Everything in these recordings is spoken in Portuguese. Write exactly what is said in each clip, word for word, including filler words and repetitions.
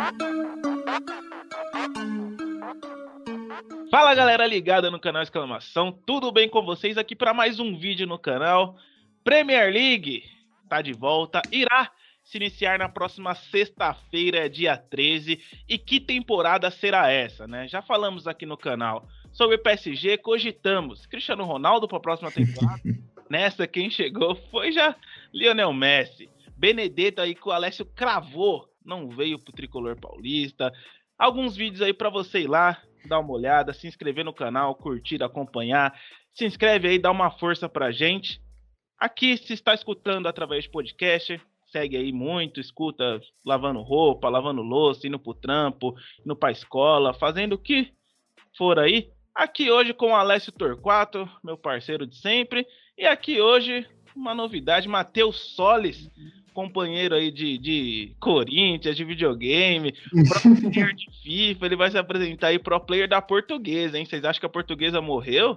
Fala galera ligada no canal Exclamação, tudo bem com vocês? Aqui para mais um vídeo no canal. Premier League tá de volta, irá se iniciar na próxima sexta-feira, dia treze. E que temporada será essa, né? Já falamos aqui no canal sobre o P S G, cogitamos Cristiano Ronaldo para a próxima temporada. Nessa quem chegou foi já Lionel Messi. Benedetto aí que o Alessio cravou, não veio pro tricolor paulista. Alguns vídeos aí para você ir lá, dar uma olhada, se inscrever no canal, curtir, acompanhar. Se inscreve aí, dá uma força pra gente. Aqui se está escutando através de podcast, segue aí muito, escuta lavando roupa, lavando louça, indo pro trampo, indo pra escola, fazendo o que for aí. Aqui hoje com o Alessio Torquato, meu parceiro de sempre. E aqui hoje uma novidade, Matheus Solis, companheiro aí de, de Corinthians, de videogame, pro player de FIFA, ele vai se apresentar aí pro player da Portuguesa, hein? Vocês acham que a Portuguesa morreu?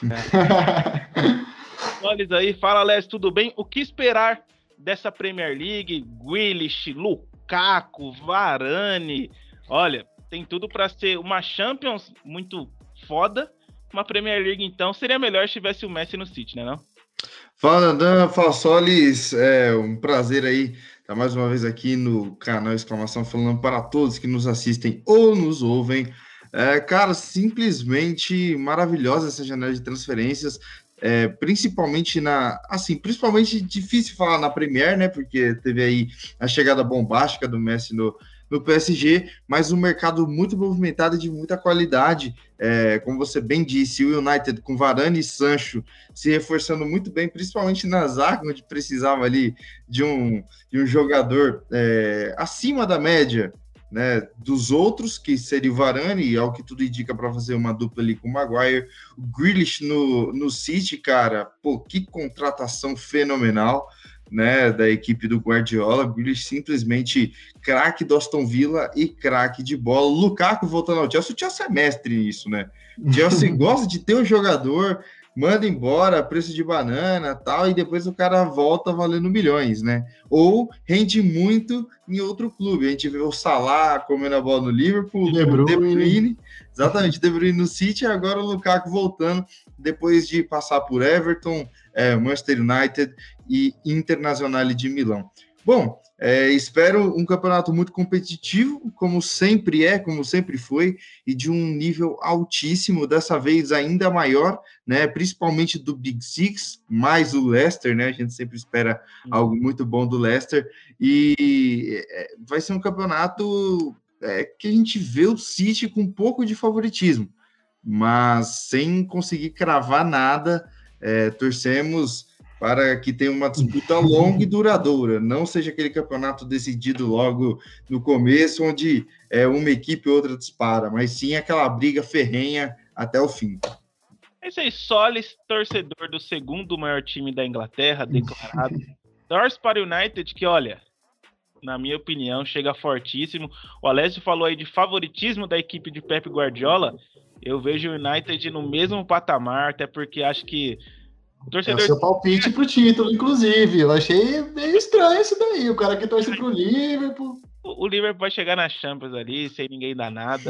É. Olha aí, fala Alessio, tudo bem? O que esperar dessa Premier League? Grealish, Lukaku, Varane, olha, tem tudo para ser uma Champions muito foda, uma Premier League então seria melhor se tivesse o Messi no City, né não? Fala, Dan, fala Solis, é um prazer aí estar mais uma vez aqui no canal Exclamação, falando para todos que nos assistem ou nos ouvem. É, cara, simplesmente maravilhosa essa janela de transferências, é, principalmente na, assim, principalmente difícil falar na Premier, né, porque teve aí a chegada bombástica do Messi no, no P S G, mas um mercado muito movimentado e de muita qualidade, é, como você bem disse, o United com Varane e Sancho se reforçando muito bem, principalmente na zaga, onde precisava ali de um, de um jogador é, acima da média, né, dos outros, que seria o Varane, ao que tudo indica para fazer uma dupla ali com o Maguire. O Grealish no, no City, cara, pô, que contratação fenomenal, né, da equipe do Guardiola. Grealish simplesmente craque do Aston Villa e craque de bola. O Lukaku voltando ao Chelsea, o Chelsea é mestre nisso, né? O Chelsea gosta de ter um jogador, manda embora, preço de banana tal, e depois o cara volta valendo milhões, né? Ou rende muito em outro clube. A gente vê o Salah comendo a bola no Liverpool, De Bruyne. De Bruyne, exatamente, De Bruyne no City, e agora o Lukaku voltando, depois de passar por Everton, é, Manchester United e Internazionale de Milão. Bom, é, espero um campeonato muito competitivo, como sempre é, como sempre foi, e de um nível altíssimo, dessa vez ainda maior, né, principalmente do Big Six, mais o Leicester, né, a gente sempre espera algo muito bom do Leicester, e é, vai ser um campeonato é, que a gente vê o City com um pouco de favoritismo, mas sem conseguir cravar nada. É, torcemos para que tenha uma disputa longa e duradoura, não seja aquele campeonato decidido logo no começo, onde é, uma equipe e outra dispara, mas sim aquela briga ferrenha até o fim. Esse aí, Solis, torcedor do segundo maior time da Inglaterra, declarado. Torce para o United, que olha, na minha opinião, chega fortíssimo. O Alessio falou aí de favoritismo da equipe de Pep Guardiola. Eu vejo o United no mesmo patamar, até porque acho que o torcedor... É o seu palpite pro título, inclusive. Eu achei meio estranho isso daí. O cara que torce pro Liverpool. O, o Liverpool vai chegar na Champions ali, sem ninguém dar nada.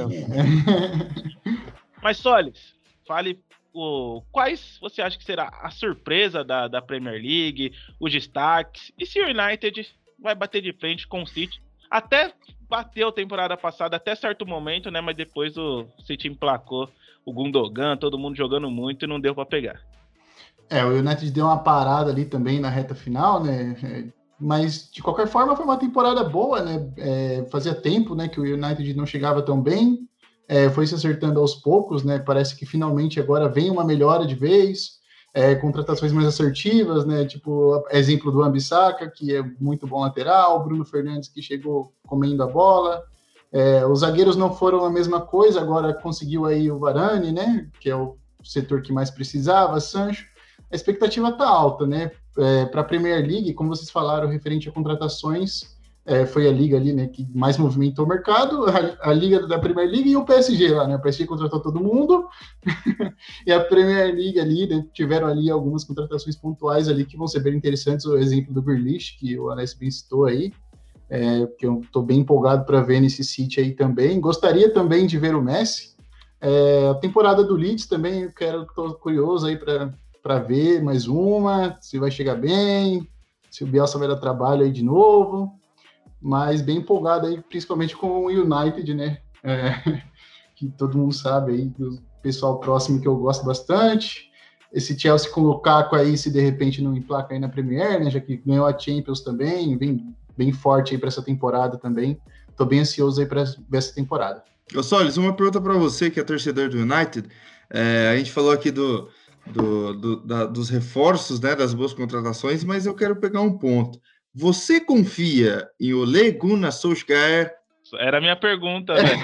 É. Mas, Solis, fale o, quais você acha que será a surpresa da, da Premier League, os destaques, e se o United vai bater de frente com o City? Até bateu a temporada passada, até certo momento, né? Mas depois o City emplacou o Gundogan, todo mundo jogando muito e não deu para pegar. É, o United deu uma parada ali também na reta final, né? Mas, de qualquer forma, foi uma temporada boa, né? É, fazia tempo, né, que o United não chegava tão bem, é, foi se acertando aos poucos, né? Parece que finalmente agora vem uma melhora de vez, é, contratações mais assertivas, né? Tipo, exemplo do Wan-Bissaka, que é muito bom lateral, Bruno Fernandes, que chegou comendo a bola. É, os zagueiros não foram a mesma coisa, agora conseguiu aí o Varane, né? Que é o setor que mais precisava, Sancho. A expectativa está alta, né? É, para a Premier League, como vocês falaram, referente a contratações, é, foi a liga ali, né, que mais movimentou o mercado, a, a liga da Premier League e o P S G lá, né? O P S G contratou todo mundo e a Premier League ali, né, tiveram ali algumas contratações pontuais ali que vão ser bem interessantes. O exemplo do Grealish, que o Alessio bem citou aí. é, que eu estou bem empolgado para ver nesse City aí também. Gostaria também de ver o Messi. É, a temporada do Leeds também, eu quero, tô curioso aí para ver mais uma, se vai chegar bem, se o Bielsa vai dar trabalho aí de novo, mas bem empolgado aí, principalmente com o United, né? É, que todo mundo sabe aí, do pessoal próximo que eu gosto bastante. Esse Chelsea com o Lukaku aí, se de repente não emplaca aí na Premier, né? Já que ganhou a Champions também, bem, bem forte aí para essa temporada também. Tô bem ansioso aí para ver essa temporada. Ô, Solis, uma pergunta para você, que é torcedor do United. É, a gente falou aqui do, do, do, da, dos reforços, né, das boas contratações, mas eu quero pegar um ponto. Você confia em Ole Gunnar Solskjaer? Era a minha pergunta, velho.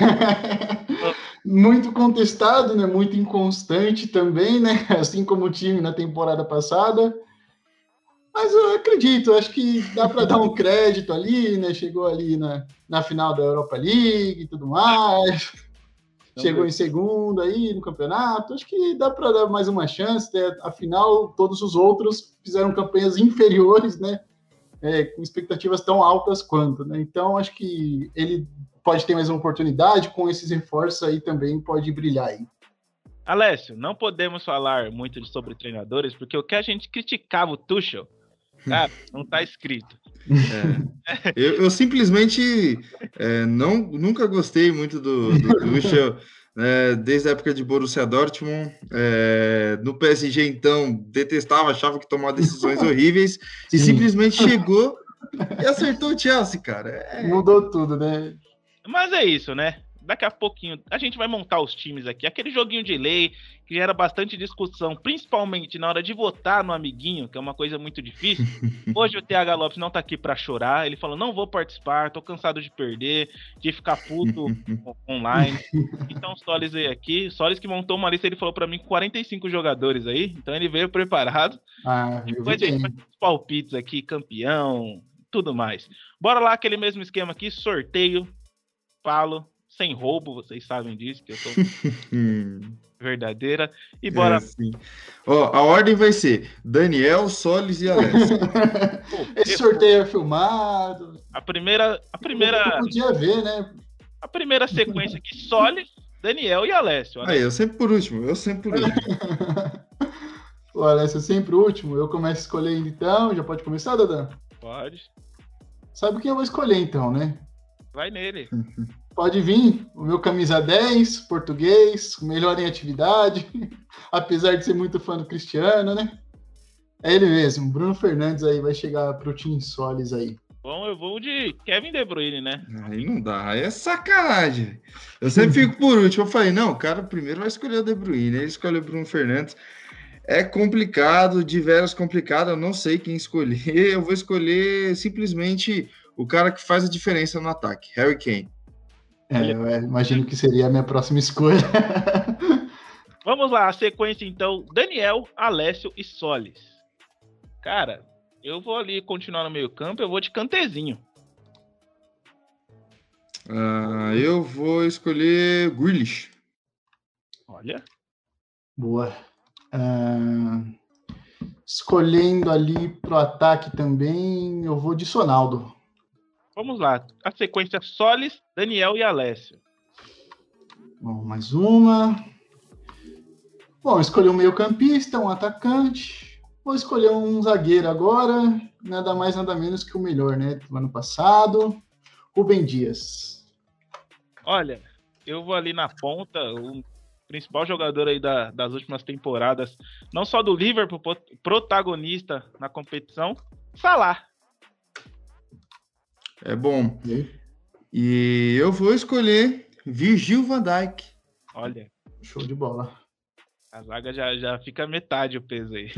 Muito contestado, né? Muito inconstante também, né? Assim como o time na temporada passada. Mas eu acredito, acho que dá para dar um crédito ali, né? Chegou ali na, na final da Europa League e tudo mais. Chegou em segundo aí no campeonato. Acho que dá para dar mais uma chance. Né? Afinal, todos os outros fizeram campanhas inferiores, né? É, com expectativas tão altas quanto, né? Então, acho que ele pode ter mais uma oportunidade. Com esses reforços aí também pode brilhar aí. Alessio, não podemos falar muito sobre treinadores, porque o que a gente criticava o Tuchel, cara, não tá escrito. É. Eu, eu simplesmente é, não, nunca gostei muito do, do Tuchel, né, desde a época de Borussia Dortmund. É, no P S G, então, detestava, achava que tomava decisões horríveis. Sim. E simplesmente chegou e acertou o Chelsea, cara. É... Mudou tudo, né? Mas é isso, né? Daqui a pouquinho a gente vai montar os times aqui. Aquele joguinho de lei que gera bastante discussão, principalmente na hora de votar no amiguinho, que é uma coisa muito difícil. Hoje o T H Lopes não tá aqui pra chorar. Ele falou, não vou participar, tô cansado de perder, de ficar puto online. Então o Solis veio aqui. O Solis que montou uma lista, ele falou pra mim quarenta e cinco jogadores aí. Então ele veio preparado. Ah, depois a gente vai os palpites aqui, campeão, tudo mais. Bora lá, aquele mesmo esquema aqui, sorteio. Falo, sem roubo, vocês sabem disso, que eu sou verdadeira. E bora. É, sim. Ó, a ordem vai ser Daniel, Solis e Alessio. Esse sorteio é filmado. A primeira. A primeira. Eu podia ver, né? A primeira sequência aqui, Solis, Daniel e Alessio. Aí, eu sempre por último, eu sempre por último. O Alessio é sempre o último. Eu começo escolhendo então. Já pode começar, Dadan? Pode. Sabe quem eu vou escolher então, né? Vai nele. Pode vir, o meu camisa dez, português, melhor em atividade, apesar de ser muito fã do Cristiano, né? É ele mesmo, Bruno Fernandes aí vai chegar pro time Solis aí. Bom, eu vou de Kevin De Bruyne, né? Aí não dá, aí é sacanagem. Eu sempre fico por último. Eu falei, não, o cara primeiro vai escolher o De Bruyne, ele escolhe o Bruno Fernandes. É complicado, de veras complicado, eu não sei quem escolher. Eu vou escolher simplesmente o cara que faz a diferença no ataque, Harry Kane. É, eu imagino que seria a minha próxima escolha. Vamos lá, a sequência então, Daniel, Alessio e Solis. Cara, eu vou ali continuar no meio campo, eu vou de Kantezinho. Uh, eu vou escolher Grealish. Olha. Boa. Uh, escolhendo ali pro ataque também, eu vou de Sonaldo. Vamos lá, a sequência Solis, Daniel e Alessio. Bom, mais uma. Bom, escolhi um meio campista, um atacante. Vou escolher um zagueiro agora, nada mais, nada menos que o melhor, né, do ano passado, Rubem Dias. Olha, eu vou ali na ponta, o principal jogador aí da, das últimas temporadas, não só do Liverpool, protagonista na competição, Salah. É bom. E eu vou escolher Virgil van Dijk. Olha. Show de bola. A zaga já, já fica metade o peso aí.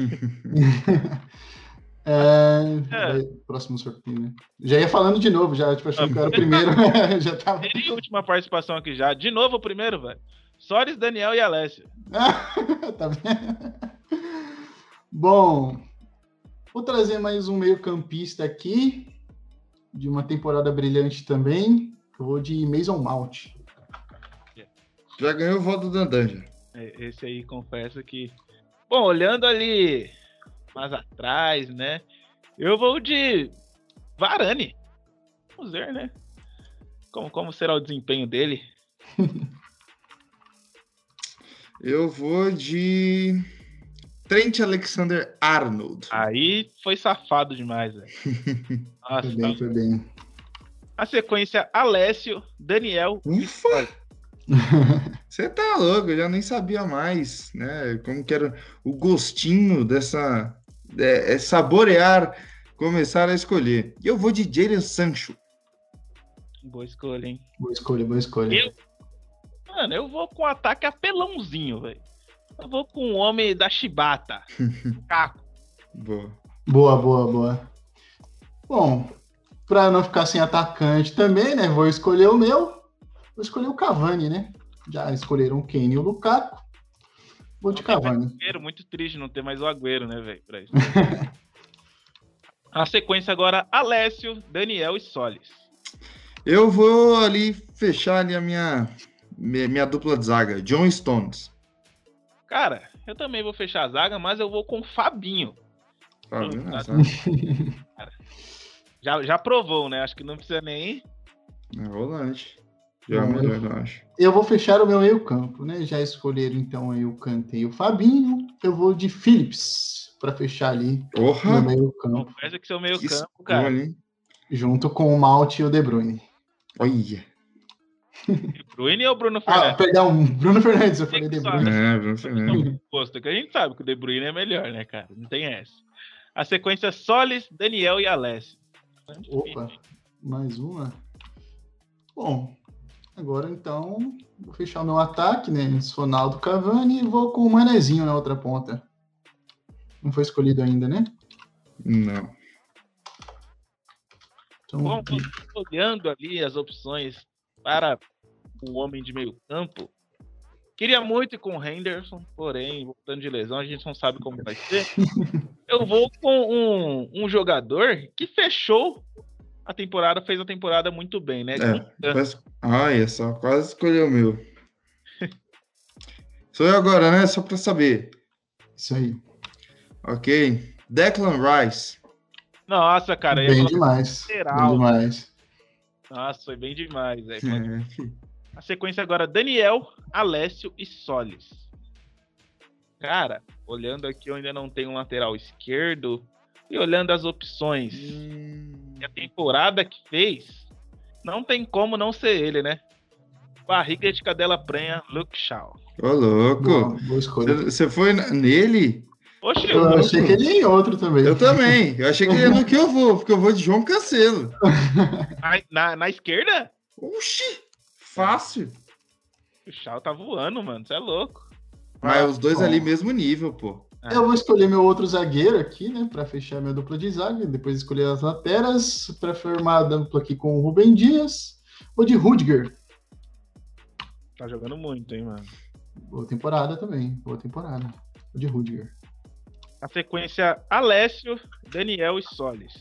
é, é. Próximo sorteio, né? Já ia falando de novo, já, tipo, achando que eu era o primeiro. já tava... E última participação aqui já. De novo o primeiro, velho. Solis, Daniel e Alessio. Tá vendo? Bom, vou trazer mais um meio campista aqui. De uma temporada brilhante também. Eu vou de Mason Mount. Já ganhou o voto do Dandan, já. Esse aí, confesso que... Bom, olhando ali mais atrás, né? Eu vou de Varane. vamos ver, né? Como, como será o desempenho dele? Eu vou de Trent Alexander-Arnold. Aí foi safado demais, velho. Nossa, Foi bem, tá... foi bem. A sequência, Alessio, Daniel. Ufa! Você tá louco, eu já nem sabia mais, né? Como que era o gostinho dessa... É, é saborear, começar a escolher. E eu vou de Jadon Sancho. Boa escolha, hein? Boa escolha, boa escolha. Eu... Mano, eu vou com um ataque apelãozinho, velho. Eu vou com o homem da chibata. Caco. Boa. Boa, boa, boa. Bom, para não ficar sem atacante também, né? Vou escolher o meu. Vou escolher o Cavani, né? Já escolheram o Kane e o Lukaku. Vou de Cavani. Agüero, muito triste não ter mais o Agüero, né, velho? Pra isso. A sequência agora, Alessio, Daniel e Solis. Eu vou ali fechar ali a minha, minha, minha dupla de zaga, John Stones. Cara, eu também vou fechar a zaga, mas eu vou com o Fabinho. Fabinho, Tá. Cara, já, já provou, né? Acho que não precisa nem... É volante. Já é Bom, melhor, eu- eu acho. Eu vou fechar o meu meio campo, né? Já escolheram então aí o Kanté e o Fabinho. Eu vou de Phillips para fechar ali no Porra! meio campo, Confessa que seu meio Que campo, cara. escolha, hein? junto com o Malte e o De Bruyne. Olha. De Bruyne ou Bruno Ah, Fernandes? perdão, Bruno Fernandes, eu falei que De só- Bruyne. É, Bruno Fernandes. Posto, que a gente sabe que o De Bruyne é melhor, né, cara? Não tem essa. A sequência, Solis, Daniel e Alessio. Opa, mais uma. Bom, agora então vou fechar o meu ataque, né? Ronaldo, Cavani e vou com o Manezinho na outra ponta. Não foi escolhido ainda, né? Não. Então, Bom, olhando ali as opções para o homem de meio campo, queria muito ir com o Henderson, porém, voltando de lesão, a gente não sabe como vai ser. Eu vou com um, um jogador que fechou a temporada, fez a temporada muito bem, né? É, mas... Ai, só quase escolheu o meu. Sou eu agora, né? Só pra saber. isso aí. Ok. Declan Rice. Nossa, cara, eu ia Bem falar demais. lateral. Bem demais. Nossa, foi bem demais. velho. É. A sequência agora, Daniel, Alessio e Solis. Cara, olhando aqui, eu ainda não tenho um lateral esquerdo. E olhando as opções e a temporada que fez, não tem como não ser ele, né? Barriga de cadela prenha, Luke Shaw. Ô, louco. Boa, boa escolha. Você foi na- nele? Oxe, Eu eu, achei que ele ia em outro também. Eu também. Eu achei que ele ia no que eu vou, porque eu vou de João Cancelo. na, na, na esquerda, Oxi. Fácil. o Shaw tá voando, mano. Você é louco. Mas os dois bom. ali mesmo nível, pô. Eu vou escolher meu outro zagueiro aqui, né? Para fechar minha dupla de zaga. Depois escolher as lateras. Para formar a dupla aqui com o Rubem Dias. Vou de Rudiger. Tá jogando muito, hein, mano. Boa temporada também. Boa temporada. Vou de Rudiger. A sequência, Alessio, Daniel e Solis.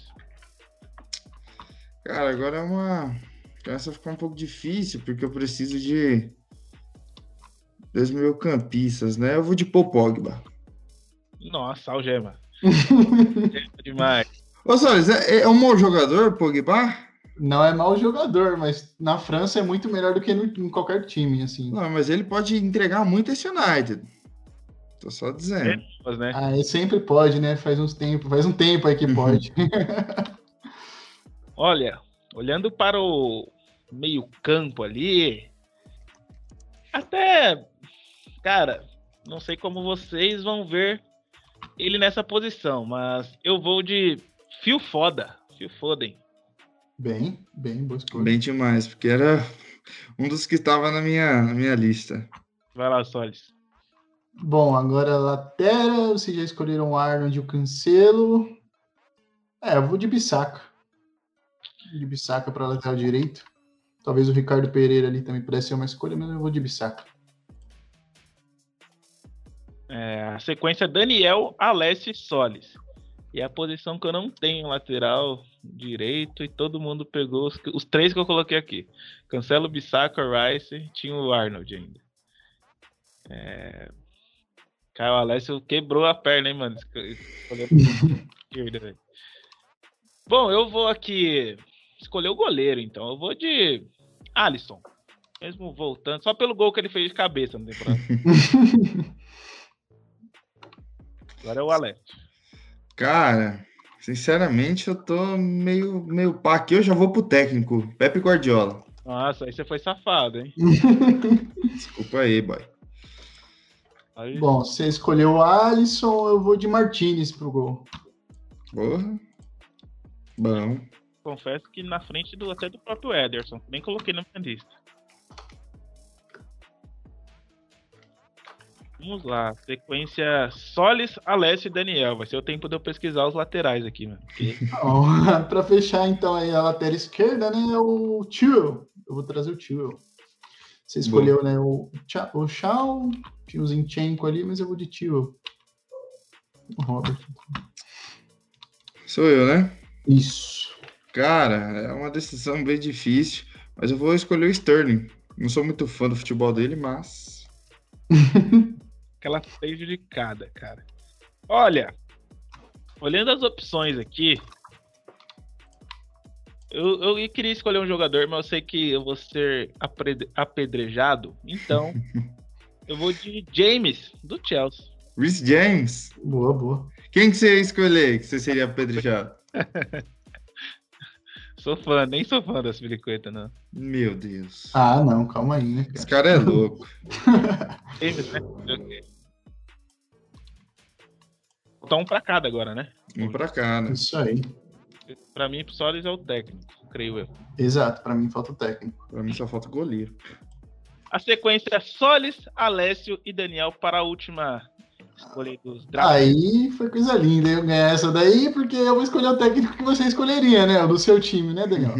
Cara, agora é uma... Começa a ficar um pouco difícil, porque eu preciso de... Dois meio-campistas, né? Eu vou de Paul Pogba. Nossa, algema. Algema demais. Ô, Solis, é, é um mau jogador, Pogba? Não é mau jogador, mas na França é muito melhor do que no, em qualquer time, assim. Não, mas ele pode entregar muito esse United. Tô só dizendo. Mas, né? Ah, ele sempre pode, né? Faz uns tempo, faz um tempo aí que pode. Olha, olhando para o meio-campo ali, até, cara, não sei como vocês vão ver ele nessa posição, mas eu vou de Phil Foda, Phil Foden. Bem, bem, boa escolha. Bem demais, porque era um dos que estava na minha, na minha lista. Vai lá, Solis. Bom, agora lateral, vocês já escolheram o Arnold e o Cancelo. É, eu vou de Bissaka. De Bissaka para lateral direito. Talvez o Ricardo Pereira ali também pudesse ser uma escolha, mas eu vou de Bissaka. É, a sequência Daniel, Alessio e Solis. E é a posição que eu não tenho lateral direito e todo mundo pegou os, os três que eu coloquei aqui. Cancelo, Bissaka, Rice, tinha o Arnold ainda. É... Caio Alessio quebrou a perna, hein, mano? Escolhendo esquerda, velho. Bom, eu vou aqui que escolher o goleiro, então. Eu vou de Alisson. Mesmo voltando, só pelo gol que ele fez de cabeça na temporada. Agora é o Alessio. Cara, sinceramente, eu tô meio, meio pá aqui. Eu já vou pro técnico, Pepe Guardiola. Nossa, aí você foi safado, hein? Desculpa aí, boy. Aí... Bom, você escolheu o Alisson, eu vou de Martinez pro gol. Porra. Bom. Confesso que na frente do, até do próprio Ederson. Nem coloquei na minha lista. Vamos lá. Sequência Solis, Alessio e Daniel. Vai ser o tempo de eu pesquisar os laterais aqui, mano. Porque... Bom, pra fechar, então, aí a lateral esquerda, né, é o Tio. Eu vou trazer o Tio. Você escolheu, Bom. né, o, o Shaw, tinha o Zinchenko ali, mas eu vou de Tio. O Robert. Sou eu, né? Isso. Cara, é uma decisão bem difícil, mas eu vou escolher o Sterling. Não sou muito fã do futebol dele, mas... Aquela prejudicada, cara. Olha, olhando as opções aqui, eu, eu queria escolher um jogador, mas eu sei que eu vou ser apedrejado, então eu vou de James, do Chelsea. Reece James? Boa, boa. Quem que você ia escolher que você seria apedrejado? Sou fã, nem sou fã das Filicuetas, não. Meu Deus. Ah, não, calma aí, né, cara? Esse cara é louco. James, né? Botar um pra cada agora, né? Um pra cada. Isso aí. Pra mim, pro Solis é o técnico, creio eu. Exato, pra mim falta o técnico. Pra mim só falta o goleiro. A sequência é Solis, Alessio e Daniel para a última escolha dos drafts. Aí foi coisa linda eu ganhar essa daí, porque eu vou escolher o técnico que você escolheria, né? O do seu time, né, Daniel?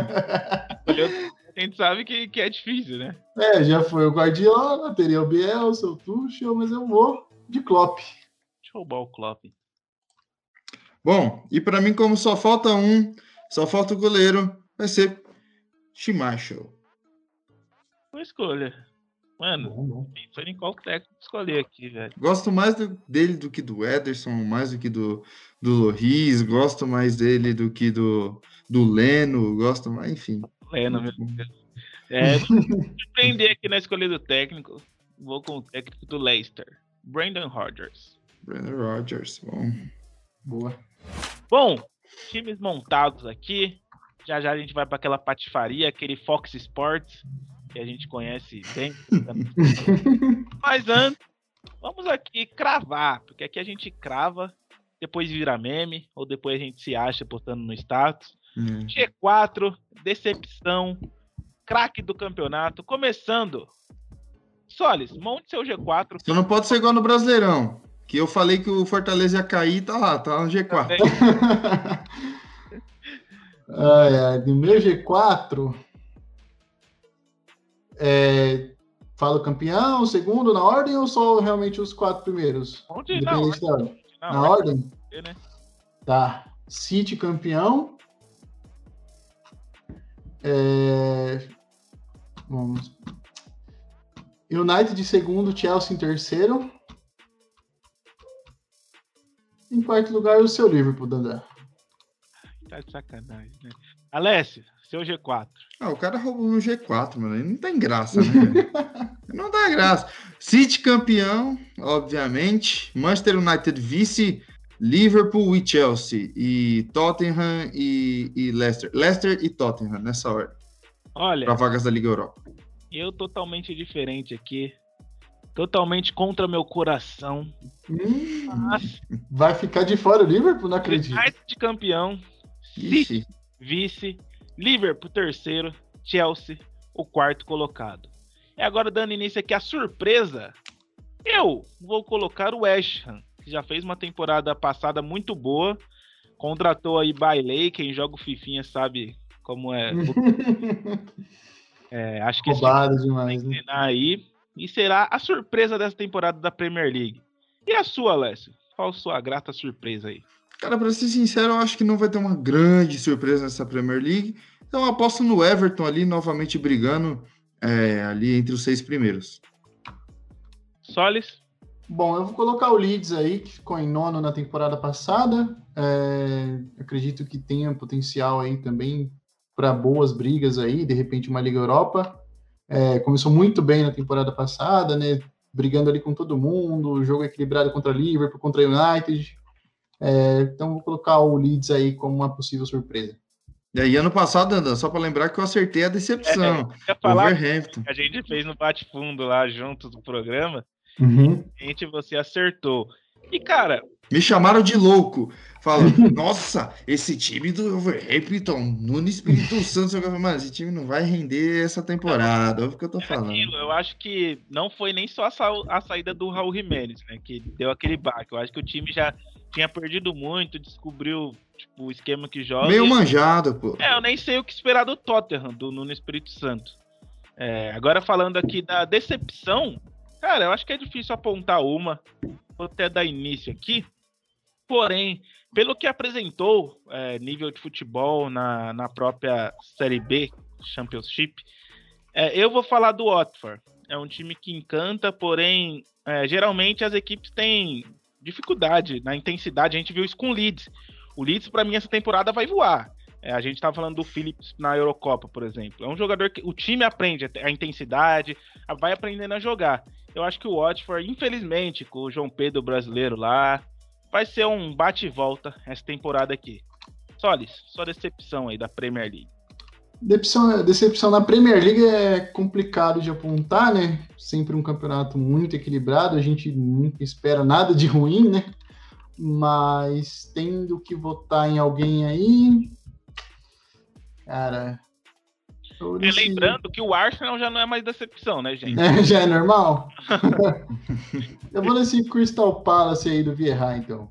A gente sabe que, que é difícil, né? É, já foi o Guardiola, teria o Bielsa, o Tuchel, mas eu vou de Klopp. Deixa eu roubar o Klopp. Bom, e pra mim, como só falta um, só falta o goleiro, vai ser Schmeichel. Boa escolha. Mano, Bom, bom. pensando em qual técnico escolher aqui, velho. Gosto mais do, dele do que do Ederson, mais do que do, do Lloris, gosto mais dele do que do, do Leno, gosto mais, enfim. Leno, meu Deus. É, surpreender aqui na escolha do técnico, vou com o técnico do Leicester, Brendan Rodgers. Brendan Rodgers, bom. Boa. Bom, times montados aqui. Já já a gente vai para aquela patifaria, aquele Fox Sports, que a gente conhece bem. Mas antes, vamos aqui cravar, porque aqui a gente crava, depois vira meme, ou depois a gente se acha postando no status. Hum. G quatro, decepção, craque do campeonato, começando. Solis, monte seu G quatro. Só não pode ser igual no Brasileirão, que eu falei que o Fortaleza ia cair, tá lá, tá no G quatro. Ai, ai, do meu G quatro, é, falo campeão, segundo, na ordem, ou só realmente os quatro primeiros? Onde? Independente da ordem. Na, na ordem? ordem? É, né? Tá. City campeão. É... Vamos. United de segundo, Chelsea em terceiro. Em quarto lugar, o seu Liverpool, Dandé. Tá de sacanagem, né? Alessio, seu G quatro. Ah, o cara roubou no G quatro, mano. Aí não tem graça, né? Não dá graça. City campeão, obviamente. Manchester United vice. Liverpool e Chelsea. E Tottenham e, e Leicester. Leicester e Tottenham, nessa ordem. Olha. Para vagas da Liga Europa. Eu totalmente diferente aqui. Totalmente contra meu coração. Hum, Mas... Vai ficar de fora o Liverpool? Não acredito. United campeão. City, vice, Liverpool terceiro, Chelsea o quarto colocado. E agora dando início aqui a surpresa, eu vou colocar o West Ham, que já fez uma temporada passada muito boa, contratou aí Bailey, quem joga o Fifinha sabe como é. é acho que roubado demais, né? Aí, e será a surpresa dessa temporada da Premier League. E a sua, Alessio? Qual a sua grata surpresa aí? Cara, pra ser sincero, eu acho que não vai ter uma grande surpresa nessa Premier League. Então eu aposto no Everton ali, novamente brigando é, ali entre os seis primeiros. Solis? Bom, eu vou colocar o Leeds aí, que ficou em nono na temporada passada. É, acredito que tenha potencial aí também para boas brigas aí, de repente uma Liga Europa. É, começou muito bem na temporada passada, né? Brigando ali com todo mundo, jogo equilibrado contra Liverpool, contra United. É, então vou colocar o Leeds aí como uma possível surpresa. E aí, ano passado, Dandan, só para lembrar que eu acertei a decepção. É, eu ia falar Wolverhampton. que a gente fez no bate-fundo lá juntos do programa. Uhum. A gente, você acertou. E, cara... Me chamaram de louco. Falando, nossa, esse time do Wolverhampton, no Espírito Santo, mano, esse time não vai render essa temporada. Olha o que eu tô falando. Aquilo, eu acho que não foi nem só a, sa a saída do Raul Jimenez, né? Que deu aquele baque. Eu acho que o time já tinha perdido muito, descobriu tipo, o esquema que joga. Meio manjado, pô. É, eu nem sei o que esperar do Tottenham, do Nuno Espírito Santo. É, agora falando aqui da decepção, cara, eu acho que é difícil apontar uma. Vou até dar início aqui. Porém, pelo que apresentou é, nível de futebol na, na própria Série B, Championship, é, eu vou falar do Watford. É um time que encanta, porém, é, geralmente as equipes têm dificuldade na intensidade. A gente viu isso com o Leeds. O Leeds, para mim, essa temporada vai voar. É, a gente estava falando do Phillips na Eurocopa, por exemplo. É um jogador que o time aprende a intensidade, vai aprendendo a jogar. Eu acho que o Watford, infelizmente, com o João Pedro brasileiro lá, vai ser um bate e volta essa temporada aqui. Solis, só decepção aí da Premier League. Decepção, decepção na Premier League é complicado de apontar, né? Sempre um campeonato muito equilibrado, a gente nunca espera nada de ruim, né? Mas tendo que votar em alguém aí... Cara... É, lembrando que o Arsenal já não é mais decepção, né, gente? É, já é normal? Eu vou nesse Crystal Palace aí do Vieira, então.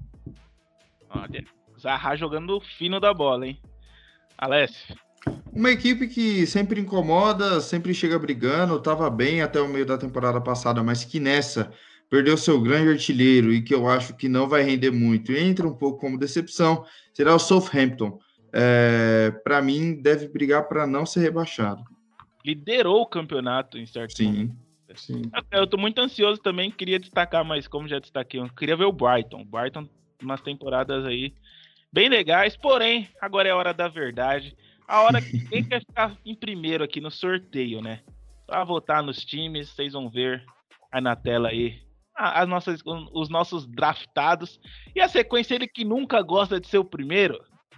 Olha, Zaha jogando fino da bola, hein? Alessio. Uma equipe que sempre incomoda, sempre chega brigando, estava bem até o meio da temporada passada, mas que nessa perdeu seu grande artilheiro e que eu acho que não vai render muito. Entra um pouco como decepção, será o Southampton. É, para mim, deve brigar para não ser rebaixado. Liderou o campeonato em certo Sim, momento. sim. Eu tô muito ansioso também, queria destacar, mas como já destaquei, eu queria ver o Brighton. O Brighton, umas temporadas aí bem legais, porém, agora é a hora da verdade. A hora que quem quer ficar em primeiro aqui no sorteio, né? Pra votar nos times, vocês vão ver aí na tela aí as nossas, os nossos draftados. E a sequência, ele que nunca gosta de ser o primeiro...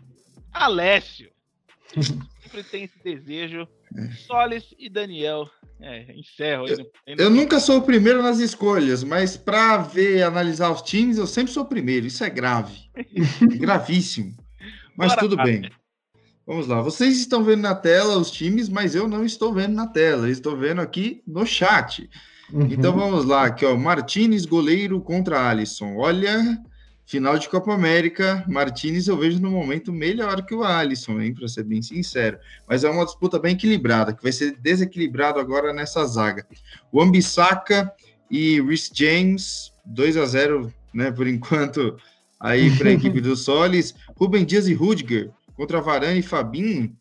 Alessio, sempre tem esse desejo. Solis e Daniel, é, encerro. Eu, eu nunca sou o primeiro nas escolhas, mas para ver, analisar os times, eu sempre sou o primeiro. Isso é grave, gravíssimo. Mas Bora, tudo bem. Vamos lá. Vocês estão vendo na tela os times, mas eu não estou vendo na tela. Eu estou vendo aqui no chat. Uhum. Então vamos lá. Aqui, ó, Martínez, goleiro contra Alisson. Olha... Final de Copa América, Martínez eu vejo no momento melhor que o Alisson, hein, para ser bem sincero. Mas é uma disputa bem equilibrada, que vai ser desequilibrado agora nessa zaga. O Wan-Bissaka e Reece James, dois a zero, né, por enquanto, aí para a equipe do Solis. Rubem Dias e Rudiger contra Varane e Fabinho.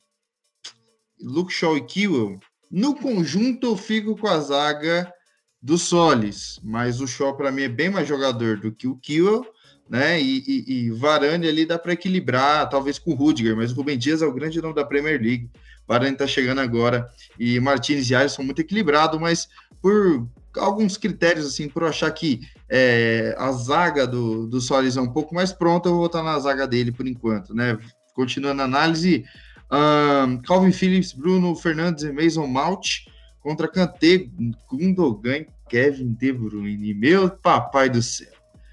Luke Shaw e Kewell. No conjunto eu fico com a zaga do Solis, mas o Shaw para mim é bem mais jogador do que o Kewell, né? E, e, e Varane ali dá para equilibrar, talvez com o Rudiger, mas o Rubem Dias é o grande nome da Premier League. Varane está chegando agora e Martínez e Alisson são muito equilibrados, mas por alguns critérios, assim, por achar que é, a zaga do, do Solis é um pouco mais pronta, eu vou botar na zaga dele por enquanto, né? Continuando a análise, um, Calvin Phillips, Bruno Fernandes e Mason Mount contra Kanté, Gundogan e Kevin De Bruyne. Meu papai do céu.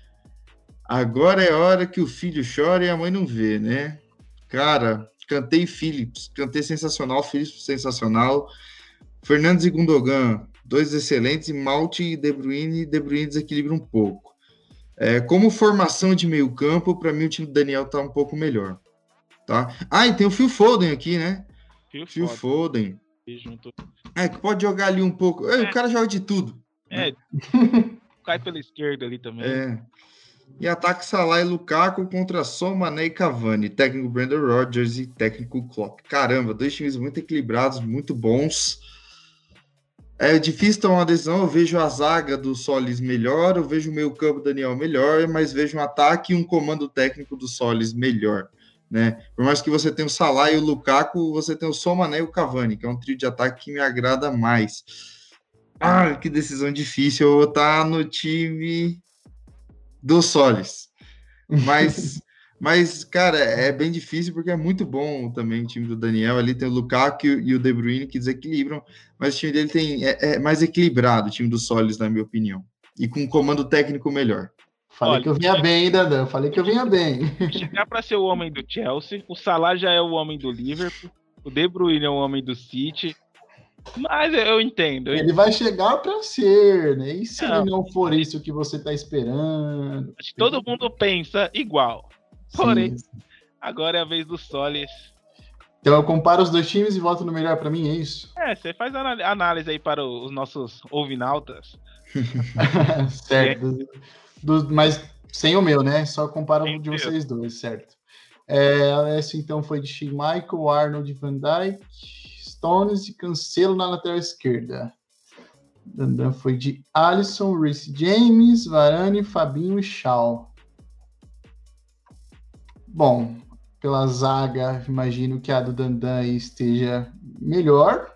Agora é hora que o filho chora e a mãe não vê, né? Cara, Kanté e Phillips. Kanté sensacional, Phillips sensacional. Fernandes e Gundogan, dois excelentes. E Mount e De Bruyne, De Bruyne desequilibra um pouco. É, como formação de meio campo, para mim o time do Daniel tá um pouco melhor. Tá? Ah, e tem o Phil Foden aqui, né? Phil, Phil Foden. Junto. É, que pode jogar ali um pouco. É, o cara joga de tudo. É. Né? Cai pela esquerda ali também. É. E ataque Salah e Lukaku contra Son, Mané e Cavani. Técnico Brendan Rodgers e técnico Klopp. Caramba, dois times muito equilibrados, muito bons. É difícil tomar uma decisão. Eu vejo a zaga do Solis melhor, eu vejo o meio campo do Daniel melhor, mas vejo um ataque e um comando técnico do Solis melhor. né? Por mais que você tenha o Salah e o Lukaku, você tem o Somané e o Cavani, que é um trio de ataque que me agrada mais. Ah, que decisão difícil. Eu vou estar no time do Solis. Mas, mas, cara, é bem difícil porque é muito bom também o time do Daniel. Ali tem o Lukaku e o De Bruyne que desequilibram, mas o time dele tem, é, é mais equilibrado, o time do Solis, na minha opinião. E com um comando técnico melhor. Falei Olha, que eu vinha bem, hein, Dandan? Falei que eu vinha bem. chegar para ser o homem do Chelsea, o Salah já é o homem do Liverpool, o De Bruyne é o homem do City. Mas eu entendo. Eu Ele entendo. vai chegar para ser, né? E se Não. ele não for isso que você está esperando? Acho que todo mundo pensa igual. Porém, sim, agora é a vez do Solis. Então eu comparo os dois times e voto no melhor para mim, é isso? É, você faz a análise aí para os nossos ouvinautas. Certo. Do, do, mas sem o meu, né? Só comparo o de vocês dois, certo? É, esse então foi de Schmeichel, Arnold, Van Dijk, Stones e Cancelo na lateral esquerda. Dandan foi de Alisson, Reece James, Varane, Fabinho e Shaw. Bom, pela zaga, imagino que a do Dandan esteja melhor.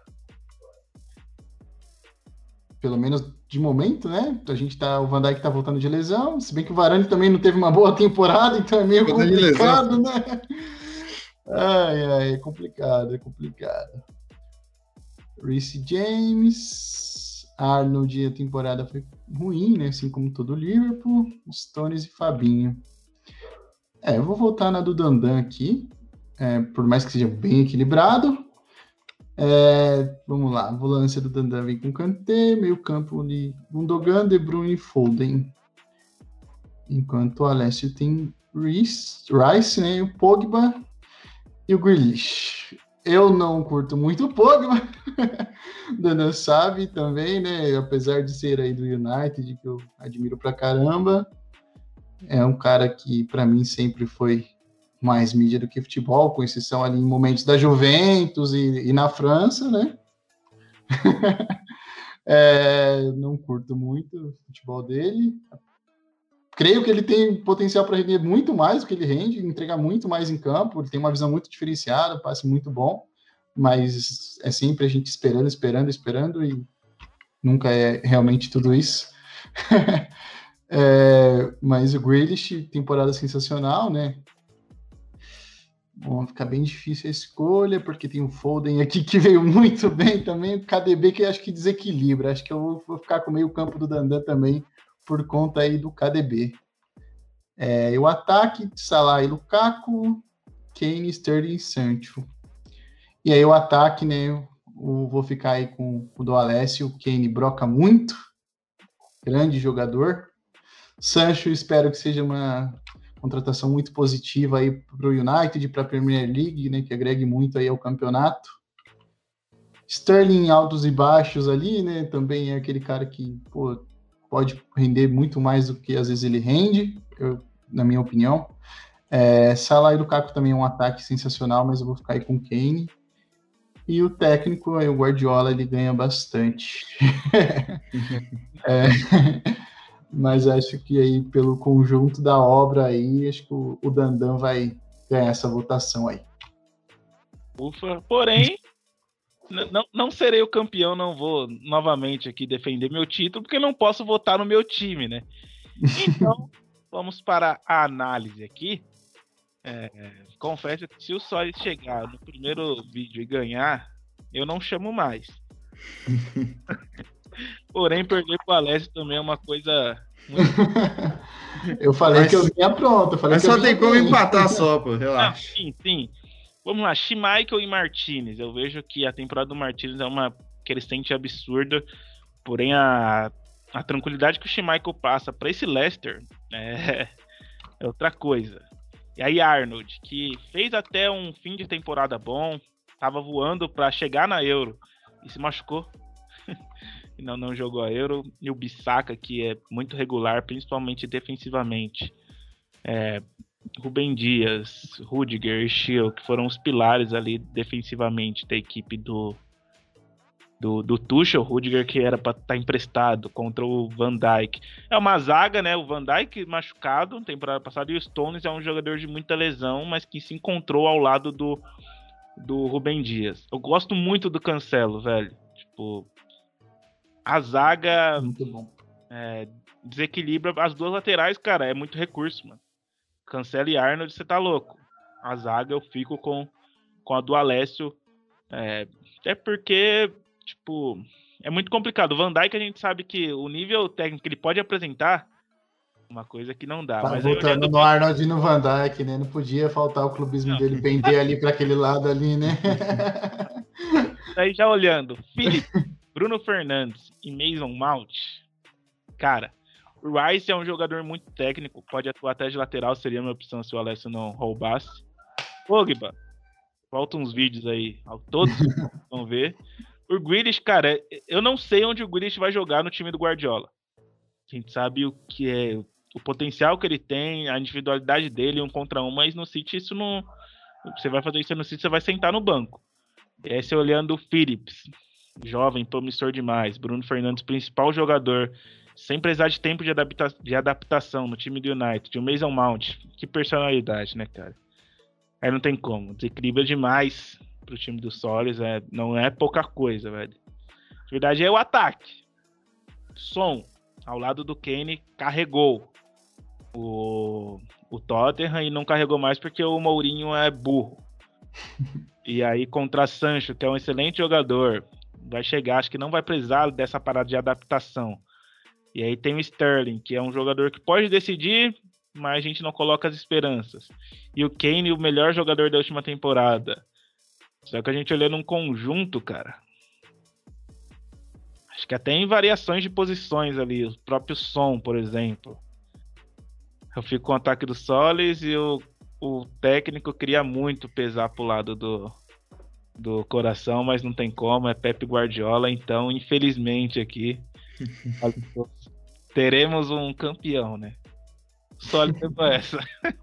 Pelo menos de momento, né? A gente tá, o Van Dijk tá voltando de lesão, se bem que o Varane também não teve uma boa temporada, então é meio complicado, né? Ai, ai, é complicado, é complicado. Reece James, Arnold, a temporada foi ruim, né? Assim como todo o Liverpool, Stones e Fabinho. É, eu vou voltar na do Dandan aqui, é, por mais que seja bem equilibrado. É, vamos lá, a volância do Dandan vem com Kanté, meio campo de Gundogan, De Bruyne e Foden. Enquanto o Alessio tem Rice, Rice, né, o Pogba e o Grealish. Eu não curto muito o Pogba, Dandan sabe também, né, apesar de ser aí do United, que eu admiro pra caramba, é um cara que para mim sempre foi mais mídia do que futebol, com exceção ali em momentos da Juventus e, e na França, né? É, não curto muito o futebol dele. Creio que ele tem potencial para render muito mais do que ele rende, entregar muito mais em campo. Ele tem uma visão muito diferenciada, passe muito bom, mas é sempre a gente esperando, esperando, esperando e nunca é realmente tudo isso. É, mas o Grealish, temporada sensacional, né? Bom, fica bem difícil a escolha, porque tem o Foden aqui que veio muito bem também, o K D B que acho que desequilibra, acho que eu vou ficar com o meio campo do Dandan também, por conta aí do K D B. É, e o ataque, Salah e Lukaku, Kane, Sterling e Sancho. E aí o ataque, né, eu vou ficar aí com o do Alessio, o Kane broca muito, grande jogador. Sancho, espero que seja uma contratação muito positiva aí para o United, para a Premier League, né, que agregue muito aí ao campeonato. Sterling altos e baixos ali, né, também é aquele cara que pô, pode render muito mais do que às vezes ele rende, eu, na minha opinião. É, Salah e Lukaku também é um ataque sensacional, mas eu vou ficar aí com o Kane. E o técnico, o Guardiola, ele ganha bastante. é... Mas acho que aí, pelo conjunto da obra aí, acho que o, o Dandan vai ganhar essa votação aí. Ufa, porém, não, não serei o campeão, não vou novamente aqui defender meu título, porque não posso votar no meu time, né? Então, vamos para a análise aqui. É, confesso que se o Solis chegar no primeiro vídeo e ganhar, eu não chamo mais. Porém, perder pro Alessio também é uma coisa muito... Eu falei mas, que eu vinha pronto. Eu falei mas que só eu tem como bem. empatar só, pô, relaxa. Não, sim, sim. Vamos lá, Schmeichel e Martinez. Eu vejo que a temporada do Martinez é uma crescente absurda, porém a, a tranquilidade que o Schmeichel passa para esse Leicester é, é outra coisa. E aí Arnold, que fez até um fim de temporada bom, tava voando para chegar na Euro e se machucou. E não, não jogou a Euro. E o Bissaka, que é muito regular, principalmente defensivamente. É, Rubem Dias, Rudiger e Schill, que foram os pilares ali defensivamente da equipe do, do, do Tuchel, o Rudiger que era para estar tá emprestado contra o Van Dijk. É uma zaga, né? O Van Dijk machucado temporada passada e o Stones é um jogador de muita lesão, mas que se encontrou ao lado do, do Rubem Dias. Eu gosto muito do Cancelo, velho. Tipo, a zaga Muito bom. É, desequilibra as duas laterais, cara. É muito recurso, mano. Cancelo e Arnold, você tá louco. A zaga eu fico com, com a do Alessio. É, até porque, tipo, é muito complicado. O Van Dijk a gente sabe que o nível técnico que ele pode apresentar uma coisa que não dá. Tá, mas voltando aí, no Arnold e no Van Dijk, né? Não podia faltar o clubismo não. dele pender ali para aquele lado ali, né? Aí já olhando, Felipe, Bruno Fernandes e Mason Mount, cara, o Rice é um jogador muito técnico, pode atuar até de lateral, seria a minha opção se o Alessio não roubasse. Pogba, volta uns vídeos aí, todos vão ver. O Grealish, cara, eu não sei onde o Grealish vai jogar no time do Guardiola. A gente sabe o que é, o potencial que ele tem, a individualidade dele, um contra um, mas no City isso não... Você vai fazer isso no City, você vai sentar no banco. E aí você olhando o Phillips, jovem, promissor demais. Bruno Fernandes, principal jogador, sem precisar de tempo de, adapta de adaptação no time do United. O Mason Mount, que personalidade, né, cara? Aí não tem como. Desequilibra demais pro time do Solis. É, não é pouca coisa, velho. Na verdade é o ataque. Son, ao lado do Kane, carregou o, o Tottenham e não carregou mais porque o Mourinho é burro. E aí contra Sancho, que é um excelente jogador, vai chegar, acho que não vai precisar dessa parada de adaptação. E aí tem o Sterling, que é um jogador que pode decidir, mas a gente não coloca as esperanças. E o Kane, o melhor jogador da última temporada. Só que a gente olhando um conjunto, cara, acho que até em variações de posições ali, o próprio Son, por exemplo. Eu fico com o ataque do Solis e o O técnico queria muito pesar pro lado do, do coração, mas não tem como, é Pep Guardiola, então infelizmente aqui teremos um campeão, né? Sólido com essa.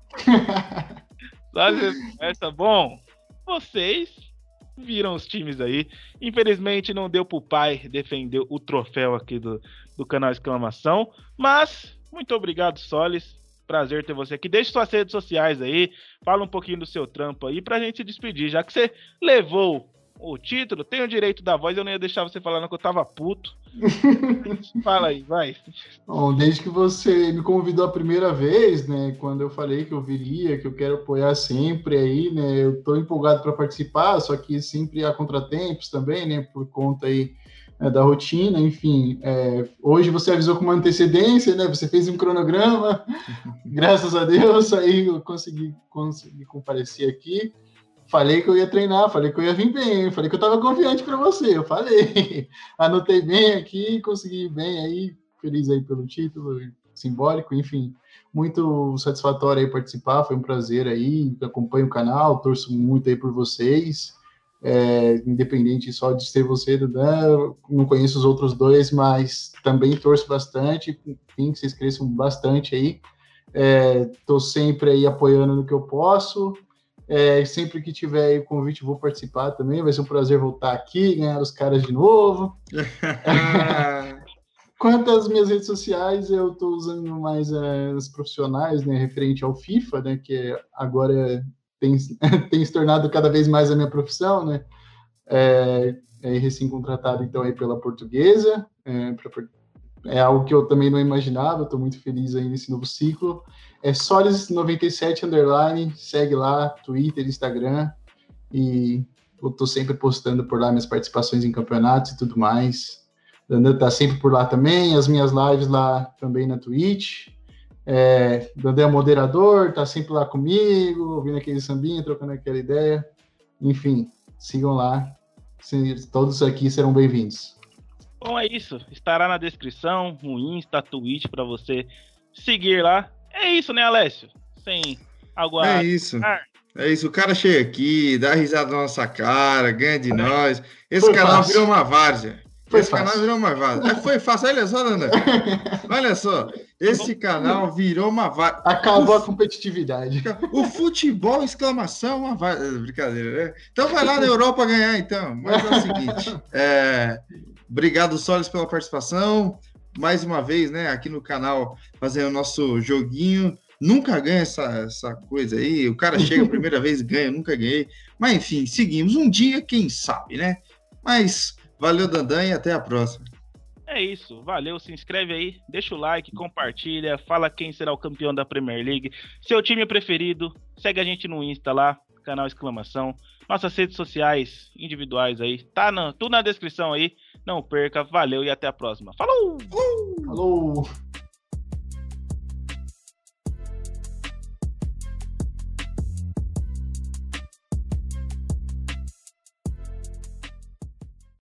Sólido com essa. Bom, vocês viram os times aí, infelizmente não deu pro pai defender o troféu aqui do, do canal Exclamação, mas muito obrigado, Solis. Prazer ter você aqui. Deixe suas redes sociais aí, fala um pouquinho do seu trampo aí pra gente se despedir, já que você levou o título, tem o direito da voz, eu não ia deixar você falando que eu tava puto. Fala aí, vai. Bom, desde que você me convidou a primeira vez, né, quando eu falei que eu viria, que eu quero apoiar sempre aí, né, eu tô empolgado para participar, só que sempre há contratempos também, né, por conta aí é, da rotina, enfim, é, hoje você avisou com uma antecedência, né, você fez um cronograma, graças a Deus, aí eu consegui, consegui comparecer aqui, falei que eu ia treinar, falei que eu ia vir bem, falei que eu estava confiante para você, eu falei, anotei bem aqui, consegui ir bem aí, feliz aí pelo título, simbólico, enfim, muito satisfatório aí participar, foi um prazer aí, acompanho o canal, torço muito aí por vocês, É, independente só de ser você, Dudan, não conheço os outros dois, mas também torço bastante, enfim, que vocês cresçam bastante aí, estou é, sempre aí apoiando no que eu posso, é, sempre que tiver o convite vou participar também, vai ser um prazer voltar aqui, ganhar os caras de novo. Quanto às minhas redes sociais, eu estou usando mais é, as profissionais, né, referente ao FIFA, né, que agora Tem, tem se tornado cada vez mais a minha profissão, né? É, é recém-contratado, então, aí pela Portuguesa. É, pra, é algo que eu também não imaginava, estou muito feliz aí nesse novo ciclo. É Solis noventa e sete underline, segue lá, Twitter, Instagram, e eu estou sempre postando por lá minhas participações em campeonatos e tudo mais. Dandan tá sempre por lá também, as minhas lives lá também na Twitch. É, Dandé é moderador, tá sempre lá comigo, ouvindo aquele sambinha, trocando aquela ideia. Enfim, sigam lá. Todos aqui serão bem-vindos. Bom, é isso. Estará na descrição, no Insta, Twitch, para você seguir lá. É isso, né, Alessio? Sem algo a... É isso. É isso. O cara chega aqui, dá risada na nossa cara, ganha de nós. Esse Foi canal fácil. virou uma várzea. Foi esse fácil. canal virou uma vaza. É, foi fácil, olha só, Dandan. Olha só, esse canal virou uma vaza. Acabou a competitividade. O futebol, exclamação, uma vaza. Brincadeira, né? Então vai lá na Europa ganhar, então. Mas é o seguinte, é... obrigado, Solis, pela participação. Mais uma vez, né, aqui no canal, fazendo o nosso joguinho. Nunca ganha essa, essa coisa aí. O cara chega a primeira vez e ganha, eu nunca ganhei. Mas enfim, seguimos. Um dia, quem sabe, né? Mas valeu, Dandan, e até a próxima. É isso, valeu, se inscreve aí, deixa o like, compartilha, fala quem será o campeão da Premier League, seu time preferido, segue a gente no Insta lá, canal exclamação, nossas redes sociais individuais aí, tá na, tudo na descrição aí, não perca, valeu e até a próxima. Falou! Falou!